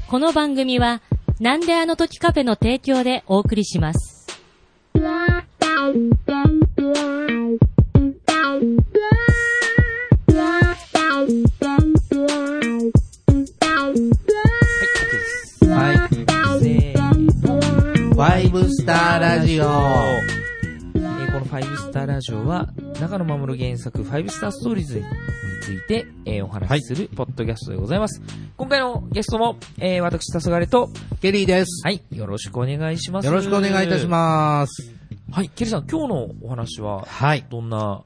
この番組はなんであの時カフェの提供でお送りします。 はい、ファイブスターラジオ。 このファイブスターラジオは中野守原作ファイブスターストーリーズについて、お話しするポッドキャストでございます。今回のゲストも、私黄昏とケリーです。 はい、よろしくお願いします。 よろしくお願いいたします。 はい、ケリーさん、今日のお話はどんな、 はい、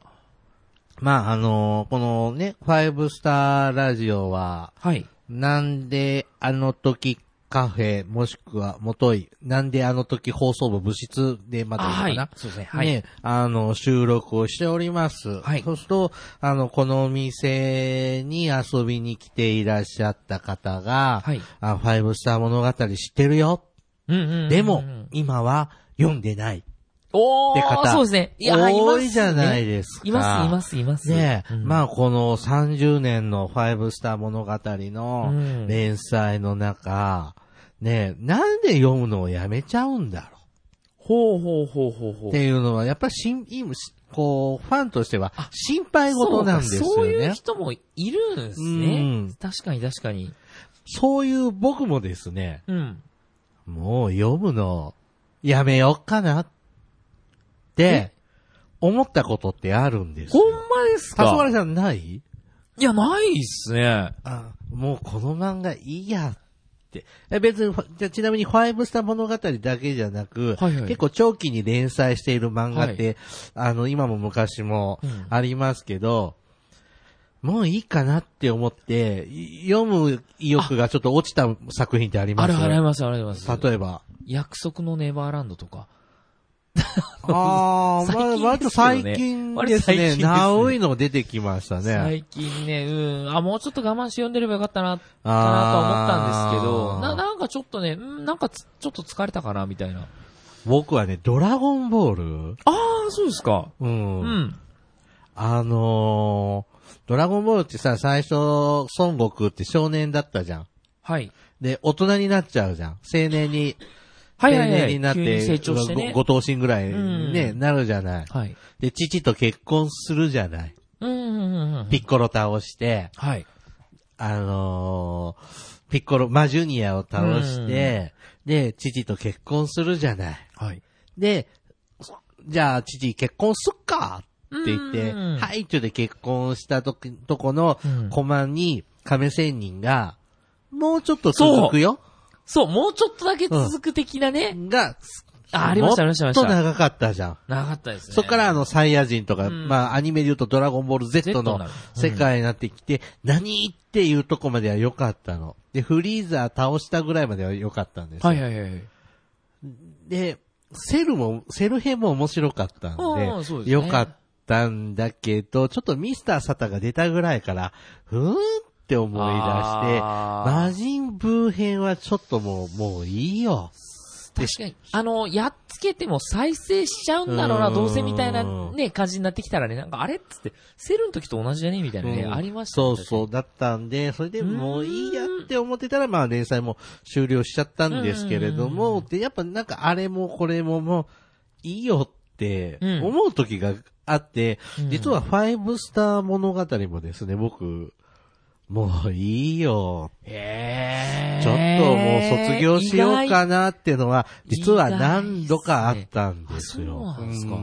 まあこのねファイブスターラジオは、はい、なんであの時カフェもしくはもといなんであの時放送部部室でまだいいのかな、 はい、そうですね、はい、 ね、収録をしております。はい、そうするとこのお店に遊びに来ていらっしゃった方が、はい、ファイブスター物語知ってるよ。でも今は読んでない。 おー、そうですね。 いや、多いじゃないですか。 います。 ね、まあこの30年のファイブスター物語の連載の中、ね、なんで読むのをやめちゃうんだろう。 ほう。 っていうのは、やっぱりこう、ファンとしては心配事なんですよね。 そういう人もいるんですね。確かに。 そういう僕もですね、もう読むのやめよっかなって思ったことってあるんですよ。 ほんまですか？ 黄昏さんない？ いや、ないっすね。 もうこの漫画いいやって。別に、ちなみにファイブスター物語だけじゃなく、結構長期に連載している漫画って、今も昔もありますけど、もういいかなって思って、読む意欲がちょっと落ちた作品ってあります？ あります。 例えば。 約束のネバーランドとか。 割と最近ですね。ナウイの出てきましたね。 最近ね、もうちょっと我慢して読んでればよかったな、と思ったんですけど、なんかちょっとね、なんかちょっと疲れたかな、みたいな。 僕はね、ドラゴンボール。 そうですか。 ドラゴンボールってさ、最初、孫悟空って少年だったじゃん。 はい。 で、大人になっちゃうじゃん。青年になって、 成長してね。 ご頭身ぐらいね、なるじゃない。はい。で、父と結婚するじゃない。ピッコロ倒して、はい。ピッコロ、マジュニアを倒して、で、父と結婚するじゃない。はい。で、じゃあ、父結婚すっかって言って、はいってで結婚したとこのコマに亀仙人が、もうちょっと続くよ。 そう、もうちょっとだけ続く的なね。ありました。 もっと長かったじゃん。 長かったですね。 そっからサイヤ人とか、アニメで言うとドラゴンボール Z の世界になってきて、何っていうとこまでは良かったの。で、フリーザー倒したぐらいまでは良かったんですよ。はい。で、セル編も面白かったんで、良かったんだけど、ちょっとミスターサタが出たぐらいから、って思い出して、魔人ブー編はちょっともういいよ。 確かに。やっつけても再生しちゃうんだろうな、どうせみたいなね、感じになってきたらね、なんかあれっつって、セルの時と同じじゃねみたいなね、ありましたね。 そう、だったんで、それでもういいやって思ってたら、連載も終了しちゃったんですけれども、で、やっぱなんかあれもこれももういいよって思う時があって、実はファイブスター物語もですね、僕、もういいよ。ちょっともう卒業しようかなっていうのは、実は何度かあったんですよ。 そうなんですか。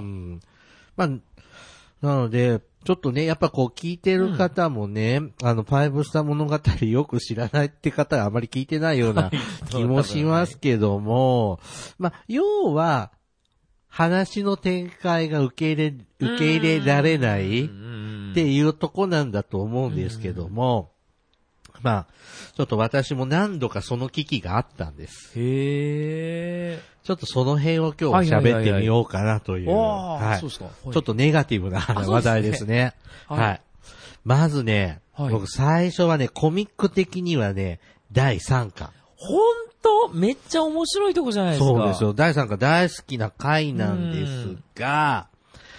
なので、ちょっとね、やっぱこう聞いてる方もね、ファイブスター物語よく知らないって方はあまり聞いてないような気もしますけども、要は、話の展開が受け入れられないっていうとこなんだと思うんですけども、ちょっと私も何度かその危機があったんです。ちょっとその辺を今日喋ってみようかなという。そうですか。ちょっとネガティブな話題ですね。はい。まずね、僕最初はね、コミック的にはね、第3巻。 ほんとめっちゃ面白いとこじゃないですか。 そうですよ。第3巻大好きな回なんですが、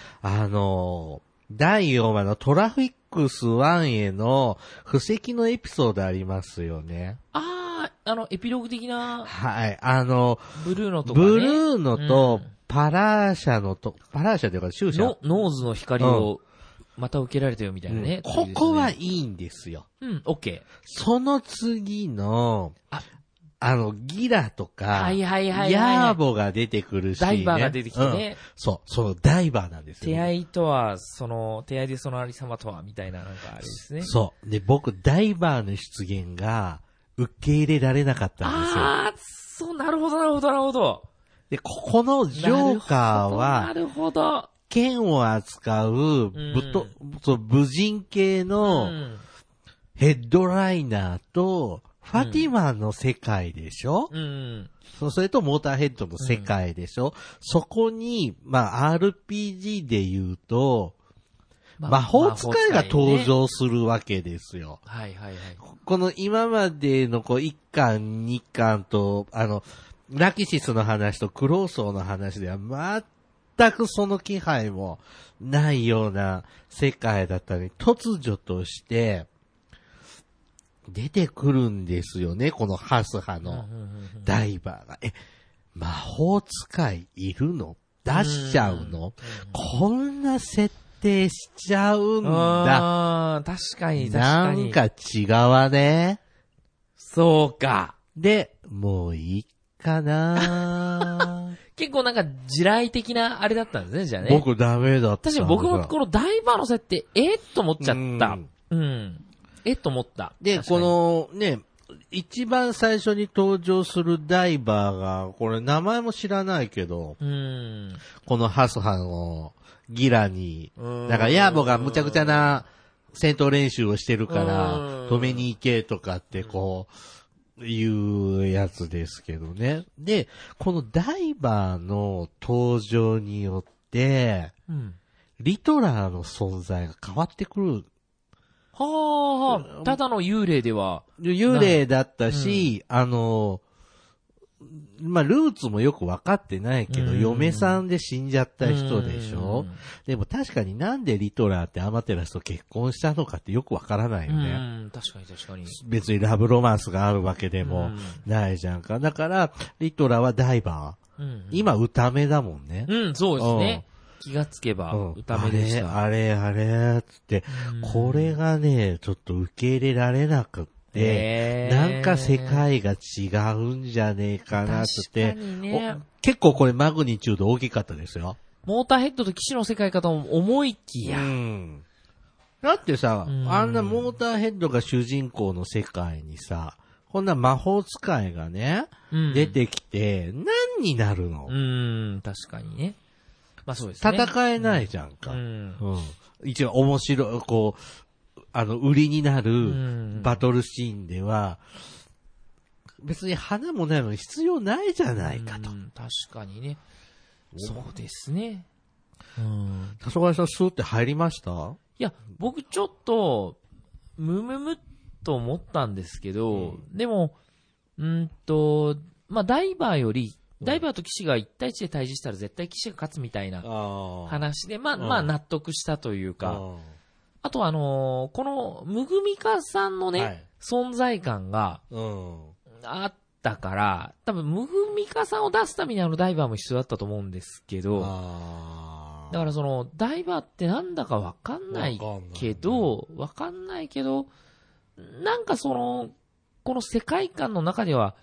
第4話のトラフィックス1への布石のエピソードありますよね。 エピローグ的な、 はい。 ブルーノとかね。 ブルーノと、パラーシャというか、シューシャ。 ノーズの光を、また受けられたよみたいなね。 ここはいいんですよ。 オッケー。 その次の、ギラとか、 はいはいはいはい。 ヤーボが出てくるし、 ダイバーが出てきてね。 そのダイバーなんですよ。 手合いとは、手合いでそのありさまとは、みたいな、なんかあれですね。 そう。で、僕、ダイバーの出現が、受け入れられなかったんですよ。 なるほど。 で、ここのジョーカーは、 なるほど。 剣を扱う、武人系の、ヘッドライナーと、ファティマの世界でしょ、それとモーターヘッドの世界でしょ、そこに、RPG で言うと、魔法使いが登場するわけですよ。 はいはいはい。 この今までの1巻、2巻と、ラキシスの話とクローソーの話では全くその気配もないような世界だったのに、突如として出てくるんですよね、このハスハのダイバーが。魔法使いいるの？出しちゃうの？こんな設定しちゃうんだ。 確かに。 なんか違わね。 そうか。 で、もういいかな結構なんか地雷的なあれだったんですね、じゃあね。 僕ダメだった。 確かに僕もこのダイバーの設定、と思っちゃった。と思った。 で、このね、一番最初に登場するダイバーが、これ名前も知らないけど、このハスハのギラに、だからヤーボがむちゃくちゃな戦闘練習をしてるから、止めに行けとかっていうやつですけどね。で、このダイバーの登場によって、リトラーの存在が変わってくる。 ただの幽霊では。 幽霊だったし、ルーツもよくわかってないけど、嫁さんで死んじゃった人でしょ。でも確かになんでリトラーってアマテラスと結婚したのかってよくわからないよね。 確かに。 別にラブロマンスがあるわけでもないじゃんか。だから、リトラーはダイバー。今歌目だもんね。 そうですね。気がつけば歌目でした。 あれつって、これがね、ちょっと受け入れられなくて、なんか世界が違うんじゃねえかなつって、結構これマグニチュード大きかったですよ。 モーターヘッドと騎士の世界かと思いきや。 だってさ、あんなモーターヘッドが主人公の世界にさ、こんな魔法使いがね、出てきて、何になるの？ 確かにね。そうですね。 戦えないじゃんか。一応面白い、売りになるバトルシーンでは、別に花もないのに必要ないじゃないかと。 確かにね。そうですね。 黄昏さんスーって入りました？ いや、僕ちょっと、むと思ったんですけど、でも、ダイバーより、ダイバーと騎士が1対1で対峙したら絶対騎士が勝つみたいな話で、納得したというか、あとこのムグミカさんのね、存在感があったから、多分ムグミカさんを出すためにダイバーも必要だったと思うんですけど、だからダイバーってなんだかわかんないけど、なんかこの世界観の中では、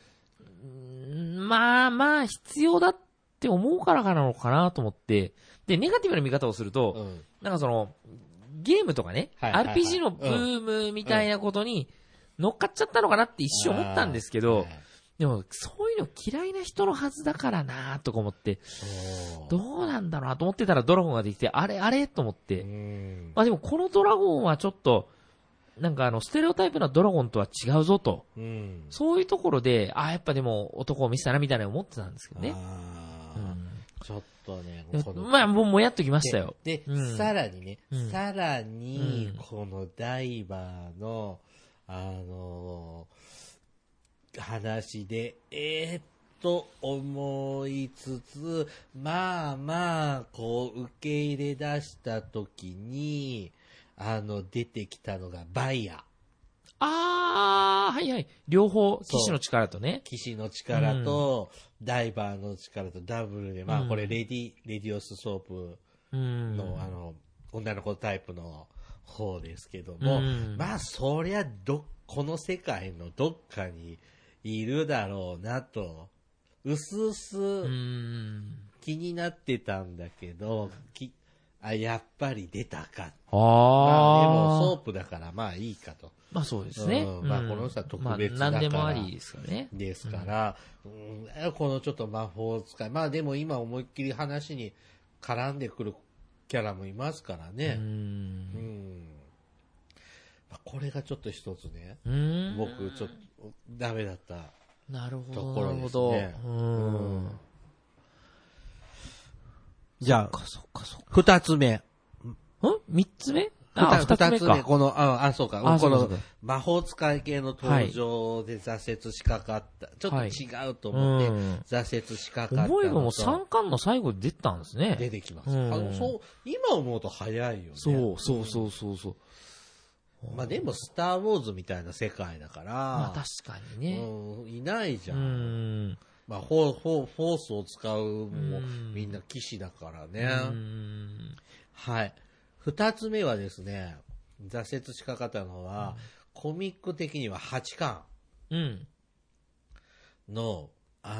必要だって思うからなのかなと思って、で、ネガティブな見方をすると、なんかゲームとかね、RPG のブームみたいなことに乗っかっちゃったのかなって一瞬思ったんですけど、でも、そういうの嫌いな人のはずだからなとか思って、どうなんだろうなと思ってたらドラゴンができて、あれと思って。でもこのドラゴンはちょっと、なんかステレオタイプなドラゴンとは違うぞと。そういうところで、やっぱでも男を見せたなみたいな思ってたんですけどね。 ちょっとね、 もうやっときましたよ。 で、さらに、このダイバーの、話で、思いつつ、受け入れ出したときに、出てきたのがバイヤはいはい。両方、騎士の力とね。 騎士の力と、ダイバーの力とダブルで、まあこれレディオスソープの、女の子タイプの方ですけども、まあそりゃこの世界のどっかにいるだろうなと、うすうす気になってたんだけど、やっぱり出たか。まあでもソープだからまあいいかと。 まあそうですね。 まあこの人は特別だから。 何でもありですからね。 ですから、このちょっと魔法使い。まあでも今思いっきり話に絡んでくるキャラもいますからね。これがちょっと一つね、僕ちょっとダメだったところですね。じゃあ、二つ目。 三つ目二つ目。 か。 この、そうか。この魔法使い系の登場で挫折しかかった。ちょっと違うと思って挫折しかかった。 思えばもう3巻の最後で出たんですね。 出てきます。今思うと早いよね。 そう。 まあでもスターウォーズみたいな世界だから。 まあ確かにね。 いないじゃん。まあフォースを使うもみんな騎士だからね。はい。二つ目はですね、挫折しかかったのは、コミック的には8巻の、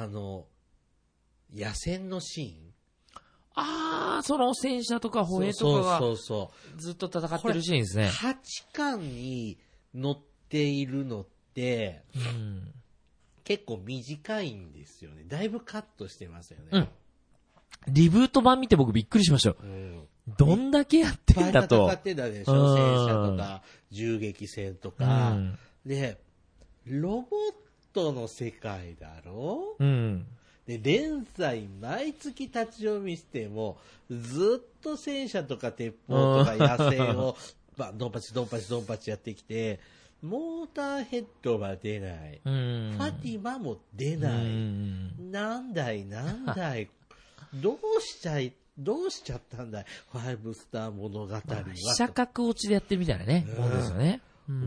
野戦のシーン。 その戦車とか歩兵とかがずっと戦ってるシーンですね。 8巻に載っているのって、結構短いんですよね。だいぶカットしてますよね。 リブート版見て僕びっくりしましたよ。どんだけやってんだと。 戦ってたでしょ。戦車とか、銃撃戦とか。で、ロボットの世界だろで、連載毎月立ち読みしても、ずっと戦車とか鉄砲とか野戦を、ドンパチドンパチドンパチやってきて、モーターヘッドは出ない。ファティマも出ない。なんだいどうしちゃったんだいファイブスター物語は。 飛車角落ちでやってるみたいなね。そうですよね。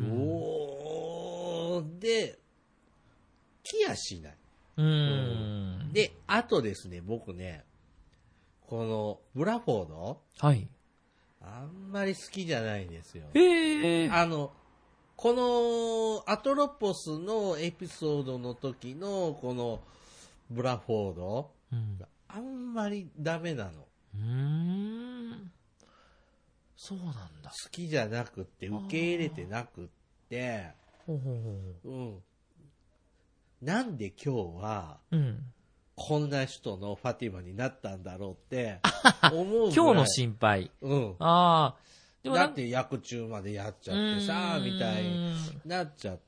で、来やしない。で、あとですね、僕ね、このブラフォード、あんまり好きじゃないんですよ。このアトロポスのエピソードの時のこのブラフォード、あんまりダメなの。 そうなんだ。 好きじゃなくって受け入れてなくって、なんで今日はこんな人のファティマになったんだろうって思うぐらい。 今日の心配。 でもだって役中までやっちゃってさみたいになっちゃって、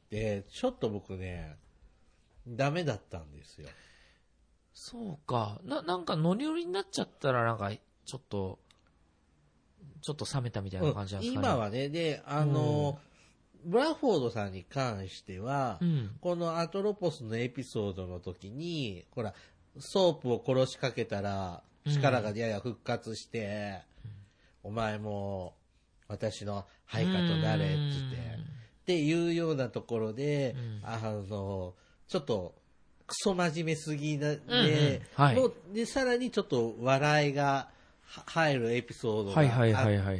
ちょっと僕ねダメだったんですよ。 そうか。なんかノリノリになっちゃったらなんかちょっと冷めたみたいな感じなんですかね。 今はね、でブラフォードさんに関しては、このアトロポスのエピソードの時に、ほらソープを殺しかけたら力がやや復活して、お前も私の配下となれっていうようなところで、ちょっとクソ真面目すぎなで、でさらにちょっと笑いが入るエピソードがあって、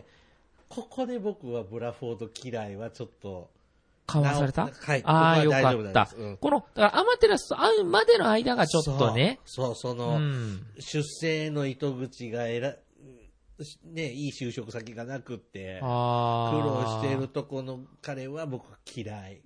ここで僕はブラフォード嫌いはちょっと緩和された？ よかった。 このだからアマテラスと会うまでの間がちょっとね、 その出世の糸口がいい就職先がなくって苦労しているとこの彼は僕嫌い。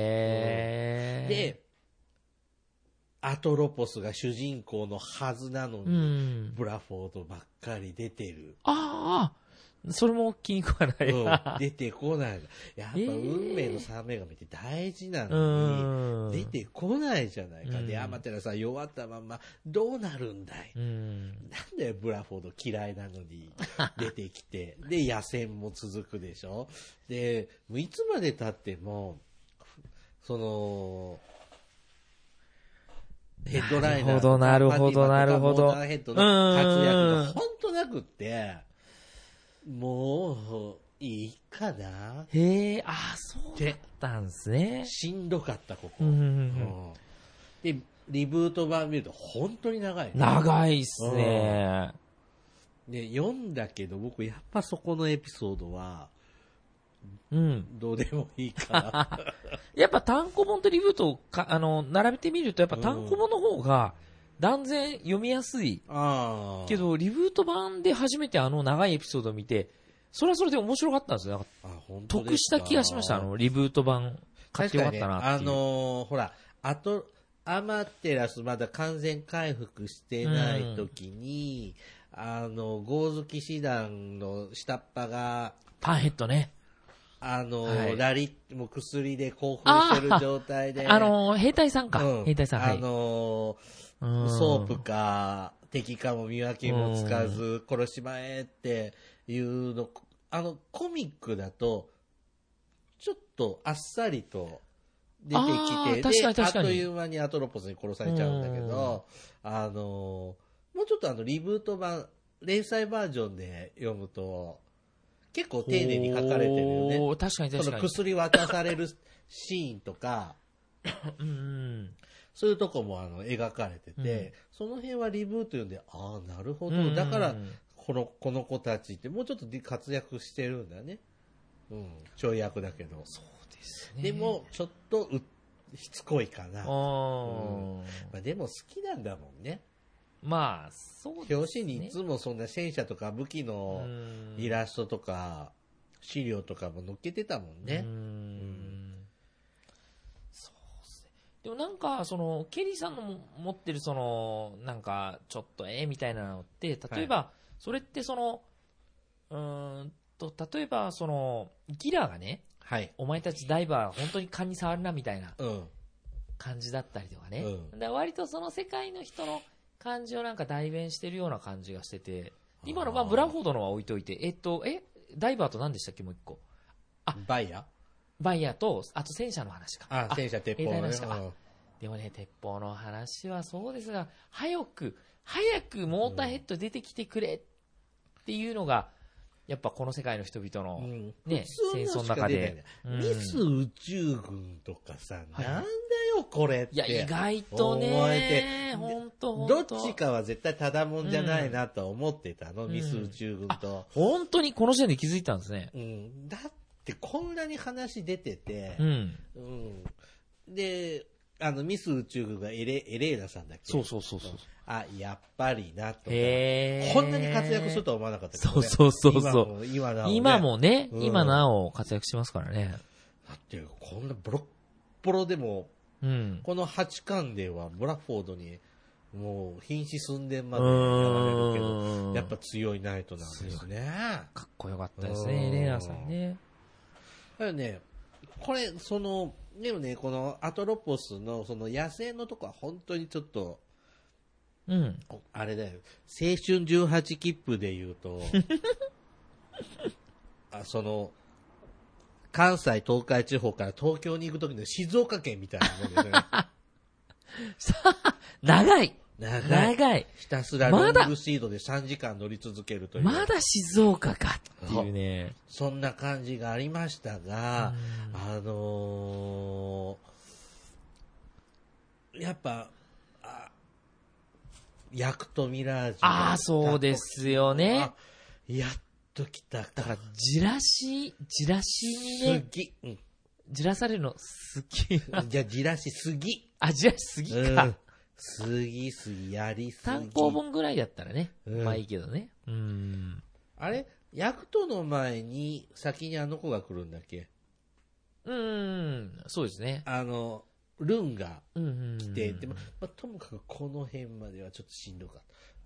で、アトロポスが主人公のはずなのに、ブラフォードばっかり出てる。 それも気に食わない。 出てこない。やっぱ運命の三女神って大事なのに、出てこないじゃないか。で、アマテラさん弱ったままどうなるんだい。なんでブラフォード嫌いなのに出てきて、で、野戦も続くでしょ。で、いつまで経っても、ヘッドライナーとかなるほど。 モーターヘッドの活躍が本当なくって、もいいかな。 へえ、あ、そうだったんですね。 しんどかった、ここ。 うんうんうんうんで、リブート版見ると本当に長いね。 長いっすね。 で、読んだけど、僕やっぱそこのエピソードは、 うん。 どうでもいいかな。 やっぱ単行本とリブートをか、並べてみると、やっぱ単行本の方が断然読みやすい。 ああ。 けど、リブート版で初めて長いエピソードを見て、それはそれで面白かったんですよ。 本当ですか得した気がしました、リブート版買ってよかったなっていう。 ほら、アマテラスまだ完全回復してない時に、豪月師団の下っ端が、 パンヘッドね。 はいラリもう薬で興奮してる状態で。 兵隊さんか。 うん兵隊さん、はい。 ソープか敵かも見分けもつかず、殺しまえっていうの、コミックだと、ちょっとあっさりと出てきて、で、あっという間にアトロポスに殺されちゃうんだけど、もうちょっとリブート版、連載バージョンで読むと、結構丁寧に書かれてるよね。 確かに確かに。 その薬渡されるシーンとか、そういうとこも描かれてて、その辺はリブート読んで、ああ、なるほど。だから、この子たちってもうちょっと活躍してるんだね。うん。ちょい役だけど。 そうですね。 でも、ちょっとしつこいかな。 まあ、でも好きなんだもんね。 まあ、そうですね。 表紙にいつもそんな戦車とか武器のイラストとか資料とかも載っけてたもんね。 そうですね。でもなんか、ケリーさんの持ってるなんか、ちょっとみたいなのって、例えば、それって例えばギラがね、 はい。 お前たちダイバー本当に勘に触るなみたいな感じだったりとかね。で割とその世界の人の感じをなんか代弁してるような感じがしてて、今のブラフォードのは置いといて、ダイバーと何でしたっけもう一個。 バイヤーと、あと戦車の話か。 戦車鉄砲の話か。でもね、鉄砲の話はそうですが、早くモーターヘッド出てきてくれっていうのが、やっぱこの世界の人々のね、戦争の中で。 ミス宇宙軍とかさ、なんだよこれって。 いや、意外とね、本当どっちかは絶対ただもんじゃないなと思ってたの、ミス宇宙軍と。 本当にこの時点で気づいたんですね。 だってこんなに話出てて、で、ミス宇宙軍がエレーナさんだっけ。 そう。 やっぱりなとか。こんなに活躍するとは思わなかったけどね。 そう。今もね、今なお活躍しますからね。 だって、こんなボロッボロでも、この8巻ではブラフォードに、もう瀕死寸前までやられるけど、やっぱ強いナイトなんですね。 かっこよかったですね、エレーナさんね。 だよね、これ、でもね、このアトロポスの野生のとこは本当にちょっと、あれだよ、青春18切符で言うと、関西、東海地方から東京に行くときの静岡県みたいなもんですね。 長い。 ひたすらロングシードで3時間乗り続けるという。 まだ静岡かっていうね。 そんな感じがありましたが、やっぱ、ヤクトミラージュ。 そうですよね。 やっと来た。 だから、じらしにね。じらされるの、好き。 じゃあ、じらしすぎ。 じらしすぎか。 すぎ、やりすぎ。 単行本ぐらいだったらね。まあいいけどね。 あれヤクトの前に、先にあの子が来るんだっけ？ そうですね。 ルンが来て、でも、ともかくこの辺まではちょっとしんどかった。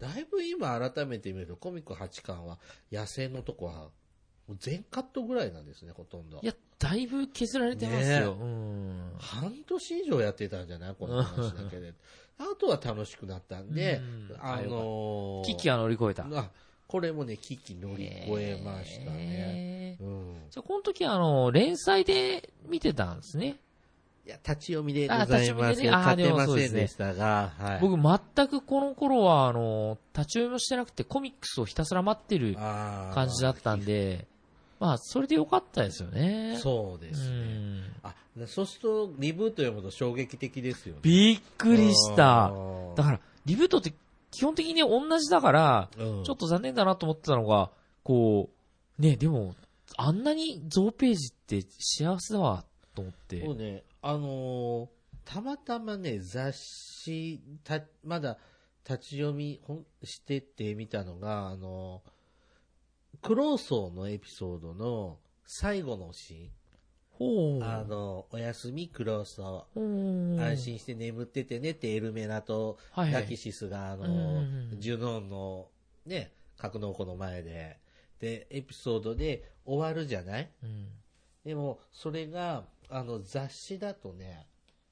だいぶ今改めて見ると、コミック8巻は、野生のとこは、もう全カットぐらいなんですね、ほとんど。 いや、だいぶ削られてますよ。 半年以上やってたんじゃないこの話だけで。あとは楽しくなったんで、 危機は乗り越えた。 これもね、危機乗り越えましたね。 じゃあ、この時は連載で見てたんですね。 いや、立ち読みでございますけど、勝てませんでしたが、 僕全くこの頃は、立ち読みもしてなくて、コミックスをひたすら待ってる感じだったんで、 まあ、それでよかったですよね。 そうですね。そうすると、リブート読むと衝撃的ですよね。 びっくりした。だから、リブートって基本的に同じだから、ちょっと残念だなと思ってたのが、こう、ね、でも、あんなに増ページって幸せだわ、と思って。 そうね、たまたまね、雑誌、まだ立ち読みしてて見たのが、クローソーのエピソードの最後のシーン。おやすみクローソー。安心して眠っててねってエルメナとラキシスが、ジュノンのね、格納庫の前で、エピソードで終わるじゃない、でも、それが、雑誌だとね、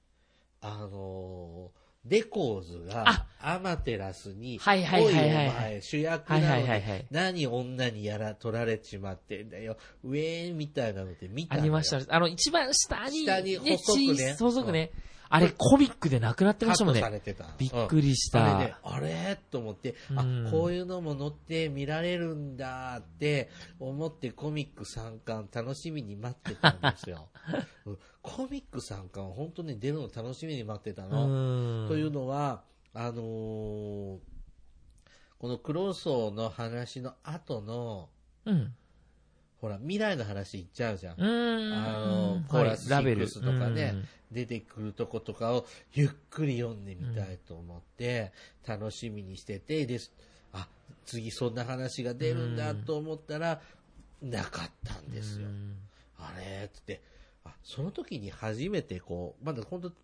デコーズがアマテラスに、おいお前主役なのに何女に取られちまってんだよ、ウェーンみたいなので見たのよ。 ありました。一番下に細くね。あれコミックでなくなってましたもんね。 カットされてた。 びっくりした。 あれと思って、こういうのも載って見られるんだって思ってコミック3巻楽しみに待ってたんですよ。コミック3巻本当に出るの楽しみに待ってたの。というのは、このクローソーの話の後の、ほら、未来の話言っちゃうじゃん。コーラス6とかね、出てくるとことかをゆっくり読んでみたいと思って、楽しみにしてて、次そんな話が出るんだと思ったら、なかったんですよ。あれつって、その時に初めてまだ本当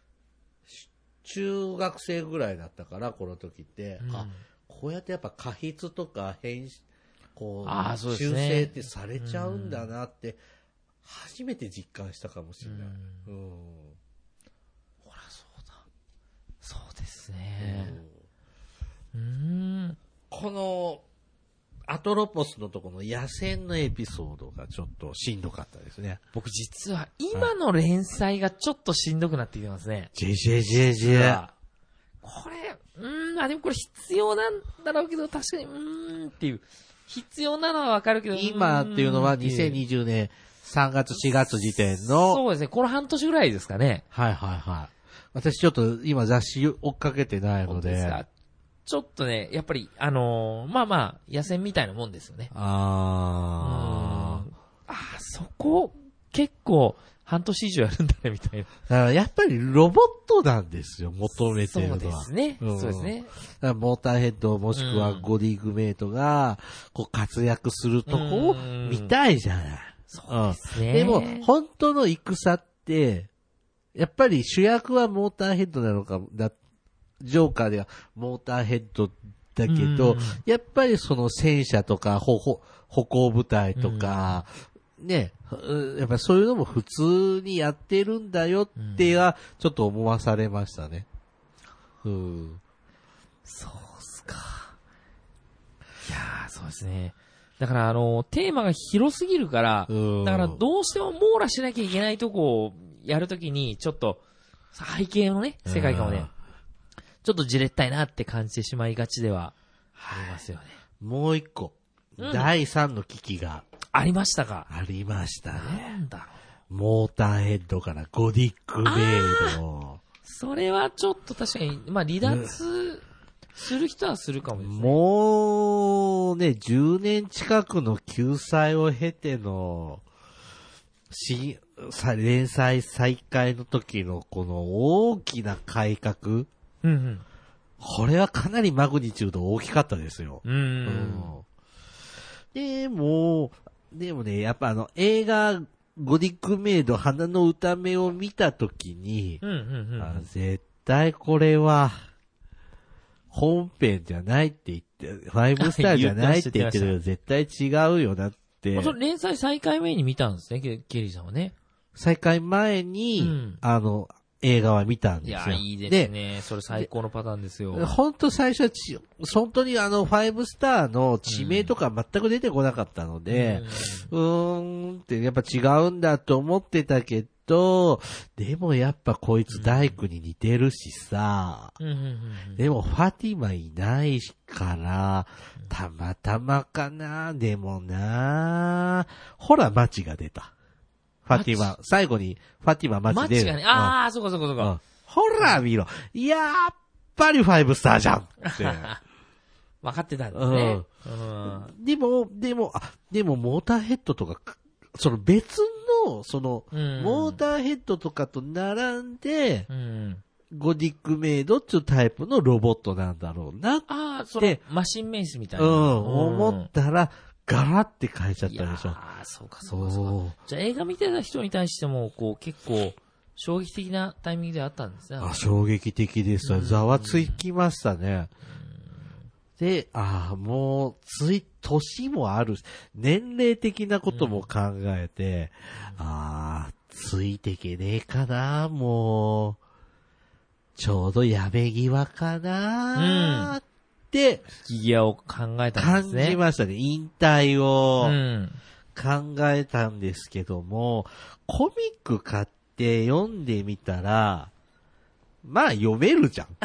中学生ぐらいだったから、この時って、こうやってやっぱ過筆とか修正ってされちゃうんだなって、初めて実感したかもしれない。 ほら、そうだ。そうですね。 この、アトロポスのところの野戦のエピソードがちょっとしんどかったですね。 僕実は今の連載がちょっとしんどくなってきてますね。 これ、 でもこれ必要なんだろうけど、確かに、っていう。必要なのはわかるけど、 今っていうのは2020年3月4月時点の。 そうですね。この半年ぐらいですかね。 私ちょっと今雑誌追っかけてないので。 ちょっとね、やっぱり、野戦みたいなもんですよね。そこ、結構、半年以上やるんだね、みたいな。 だからやっぱりロボットなんですよ、求めてるのは。 そうですね。そうですね。 だからモーターヘッドもしくはゴディグメイトが、活躍するとこを見たいじゃない。 そうですね。 でも、本当の戦って、やっぱり主役はモーターヘッドなのか、ジョーカーではモーターヘッドだけど、やっぱりその戦車とか歩行部隊とか、ね、やっぱそういうのも普通にやってるんだよってはちょっと思わされましたね。 そうっすか。いやー、そうですね。だからテーマが広すぎるから、だからどうしても網羅しなきゃいけないとこをやるときに、ちょっと背景のね、世界観をね、ちょっとじれったいなって感じてしまいがちではありますよね。 もう一個、第3の危機がありましたか？ ありましたね。 なんだろう。モーターヘッドからゴディックメイド。 それはちょっと確かに、離脱する人はするかもですね。 もうね、10年近くの救済を経ての、連載再開の時のこの大きな改革。これはかなりマグニチュード大きかったですよ。でもね、やっぱ映画、ゴディックメイド花の歌目を見たときに、絶対これは、本編じゃないって言って、5スターじゃないって言ってるけど、絶対違うよなって。 連載再開前に見たんですね、ケリーさんはね。 再開前に、映画は見たんですよ。 いや、いいですね。それ最高のパターンですよ。 本当最初は本当に5スターの地名とか全く出てこなかったので、ってやっぱ違うんだと思ってたけと、でもやっぱこいつ大工に似てるしさ、でもファティマいないから、たまたまかな、でもな、ほらマチが出た。ファティマ、最後にファティママチ出る。 マチがね、ああ、そうかそうかそうか。 ほら見ろ。やっぱり5スターじゃんって。 分かってたんですね。 でも、モーターヘッドとか、その別の、モーターヘッドとかと並んで、ゴディックメイドっていうタイプのロボットなんだろうな。 ああ、それマシンメイスみたいな。 思ったら、ガラって変えちゃったでしょ。 ああ、そうかそうか。じゃあ映画見てた人に対しても、結構、衝撃的なタイミングであったんですね。 衝撃的でした。ざわつきましたね。で、もう、年もあるし、年齢的なことも考えて、ついてけねえかな、もう、ちょうどやべ際かな、って、 引き際を考えたんですね。 感じましたね。引退を考えたんですけども、コミック買って読んでみたら、まあ読めるじゃん。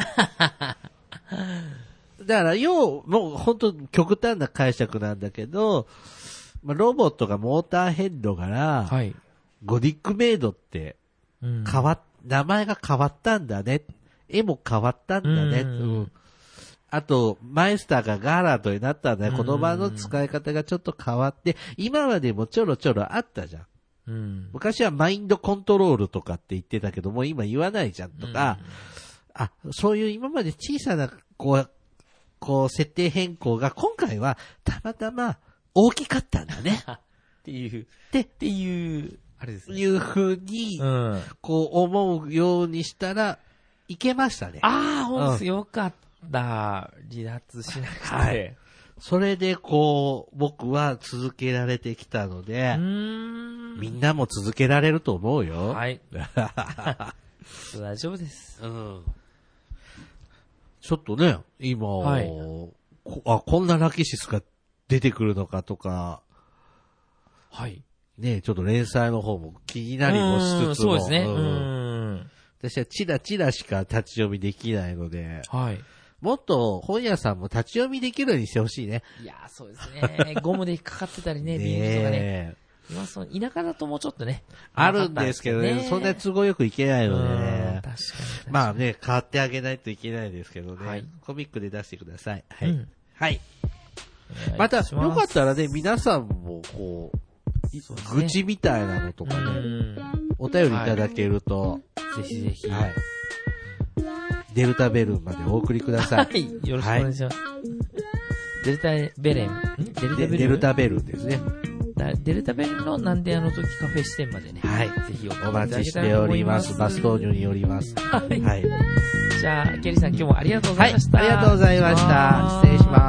だから、もう本当極端な解釈なんだけど、ロボットがモーターヘッドから、ゴディックメイドって名前が変わったんだね。絵も変わったんだね。あと、マイスターがガーランドになったんだね。言葉の使い方がちょっと変わって、今までもちょろちょろあったじゃん。昔はマインドコントロールとかって言ってたけども、今言わないじゃんとか、そういう今まで小さな、設定変更が今回はたまたま大きかったんだね。 っていう、あれですね。 いう風に、思うようにしたら、いけましたね。 ほんとよかった。離脱しなくて。 それで僕は続けられてきたので、みんなも続けられると思うよ。 はい。大丈夫です。 ちょっとね、今、こんなラキシスが出てくるのかとか、ね、ちょっと連載の方も気になりもしつつも、 そうですね。 私はチラチラしか立ち読みできないので、もっと本屋さんも立ち読みできるようにしてほしいね。 いやそうですね。ゴムで引っかかってたりね、ビームとかね。今田舎だともうちょっとね。 あるんですけどね、そんな都合よくいけないのでね。 確かに。 まあね、買ってあげないといけないですけどね。コミックで出してください。はい。また、よかったらね、皆さんも愚痴みたいなのとかね、お便りいただけると、 ぜひぜひ。 デルタベルまでお送りください。 よろしくお願いします。デルタベルですね。 デルタベルのなんであの時カフェ支店までね。ぜひお待ちしております。バス投入によります。 じゃあ、ケリーさん今日もありがとうございました。 ありがとうございました。失礼します。